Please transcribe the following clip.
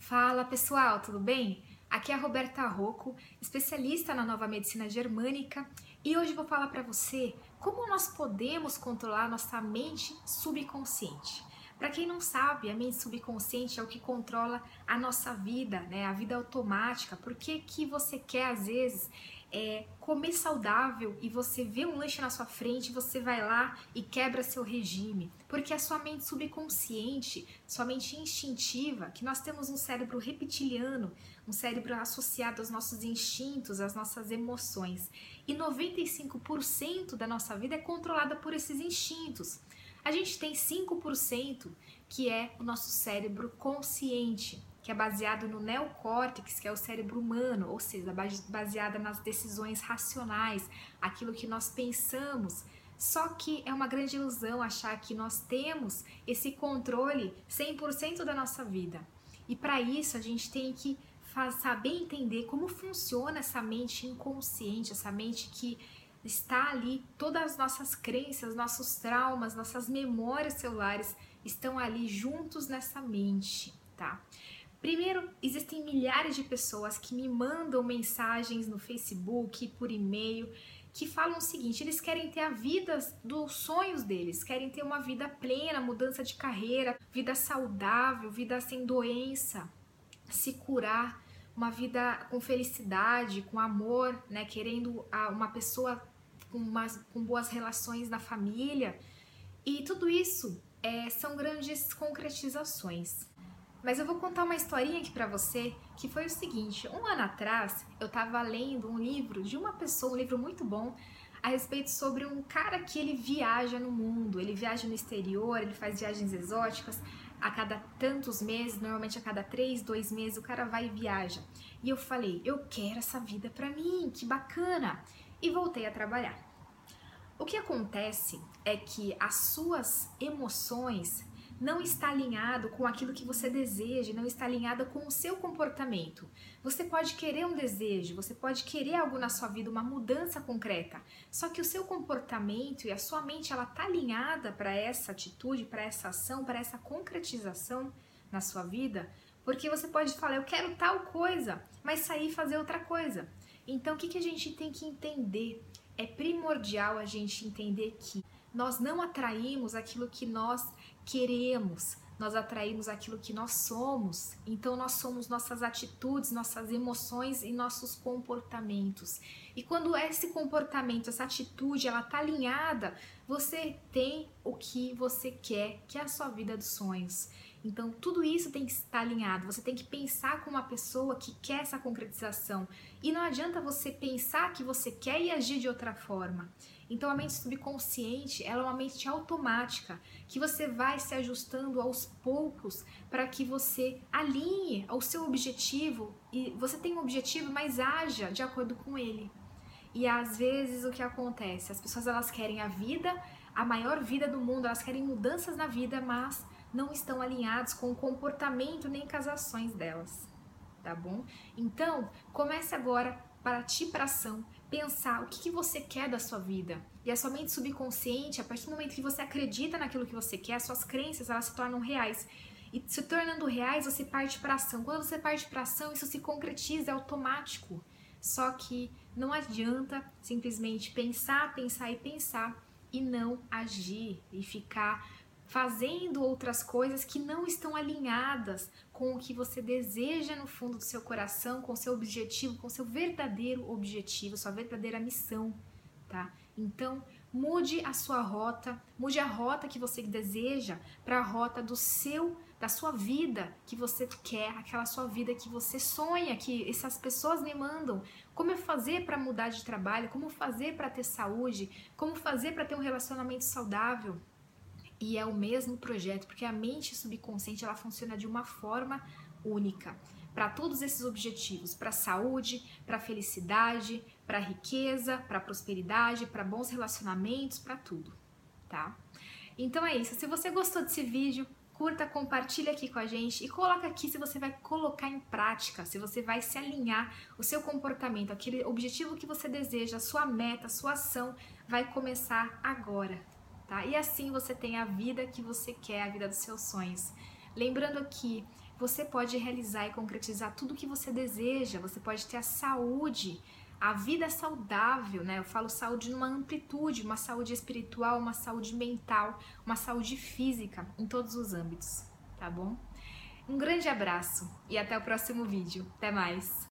Fala pessoal, tudo bem? Aqui é a Roberta Rocco, especialista na nova medicina germânica, e hoje vou falar para você como nós podemos controlar nossa mente subconsciente. Para quem não sabe, a mente subconsciente é o que controla a nossa vida, né? A vida automática. Por que você quer às vezes comer saudável e você vê um lanche na sua frente, você vai lá e quebra seu regime? Porque a sua mente subconsciente, sua mente instintiva, que nós temos um cérebro reptiliano, um cérebro associado aos nossos instintos, às nossas emoções. E 95% da nossa vida é controlada por esses instintos. A gente tem 5% que é o nosso cérebro consciente, que é baseado no neocórtex, que é o cérebro humano, ou seja, baseada nas decisões racionais, aquilo que nós pensamos. Só que é uma grande ilusão achar que nós temos esse controle 100% da nossa vida. E para isso a gente tem que saber entender como funciona essa mente inconsciente, essa mente que está ali, todas as nossas crenças, nossos traumas, nossas memórias celulares estão ali juntos nessa mente, tá? Primeiro, existem milhares de pessoas que me mandam mensagens no Facebook, por e-mail, que falam o seguinte: eles querem ter a vida dos sonhos deles, querem ter uma vida plena, mudança de carreira, vida saudável, vida sem doença, se curar, uma vida com felicidade, com amor, né? Querendo uma pessoa com boas relações na família. E tudo isso são grandes concretizações. Mas eu vou contar uma historinha aqui pra você, que foi o seguinte: um ano atrás eu tava lendo um livro de uma pessoa, um livro muito bom, a respeito sobre um cara que ele viaja no mundo, ele viaja no exterior, ele faz viagens exóticas a cada tantos meses, normalmente a cada 3, 2 meses o cara vai e viaja. E eu falei, eu quero essa vida pra mim, que bacana! E voltei a trabalhar. O que acontece é que as suas emoções não está alinhado com aquilo que você deseja, não está alinhada com o seu comportamento. Você pode querer um desejo, você pode querer algo na sua vida, uma mudança concreta, só que o seu comportamento e a sua mente, ela está alinhada para essa atitude, para essa ação, para essa concretização na sua vida, porque você pode falar, eu quero tal coisa, mas sair e fazer outra coisa. Então, o que a gente tem que entender? É primordial a gente entender que nós não atraímos aquilo que nós queremos, nós atraímos aquilo que nós somos. Então nós somos nossas atitudes, nossas emoções e nossos comportamentos. E quando esse comportamento, essa atitude, ela tá alinhada, você tem o que você quer, que é a sua vida dos sonhos. Então tudo isso tem que estar alinhado, você tem que pensar como uma pessoa que quer essa concretização. E não adianta você pensar que você quer e agir de outra forma. Então a mente subconsciente, ela é uma mente automática, que você vai se ajustando aos poucos para que você alinhe ao seu objetivo. E você tem um objetivo, mas haja de acordo com ele. E às vezes o que acontece? As pessoas, elas querem a vida, a maior vida do mundo, elas querem mudanças na vida, mas não estão alinhados com o comportamento nem com as ações delas, tá bom? Então, comece agora, partir para ação, pensar o que você quer da sua vida. E a sua mente subconsciente, a partir do momento que você acredita naquilo que você quer, as suas crenças, elas se tornam reais. E se tornando reais, você parte para ação. Quando você parte para ação, isso se concretiza, é automático. Só que não adianta simplesmente pensar, pensar e pensar e não agir e ficar fazendo outras coisas que não estão alinhadas com o que você deseja no fundo do seu coração, com o seu objetivo, com o seu verdadeiro objetivo, sua verdadeira missão, tá? Então, mude a sua rota, mude a rota que você deseja para a rota da sua vida que você quer, aquela sua vida que você sonha, que essas pessoas me mandam. Como eu fazer para mudar de trabalho? Como fazer para ter saúde? Como fazer para ter um relacionamento saudável? E é o mesmo projeto, porque a mente subconsciente, ela funciona de uma forma única para todos esses objetivos, para a saúde, para a felicidade, para a riqueza, para a prosperidade, para bons relacionamentos, para tudo, tá? Então é isso. Se você gostou desse vídeo, curta, compartilha aqui com a gente e coloca aqui se você vai colocar em prática, se você vai se alinhar o seu comportamento, aquele objetivo que você deseja, a sua meta, a sua ação vai começar agora. Tá? E assim você tem a vida que você quer, a vida dos seus sonhos. Lembrando que você pode realizar e concretizar tudo o que você deseja, você pode ter a saúde, a vida saudável, né? Eu falo saúde numa amplitude, uma saúde espiritual, uma saúde mental, uma saúde física, em todos os âmbitos, tá bom? Um grande abraço e até o próximo vídeo. Até mais!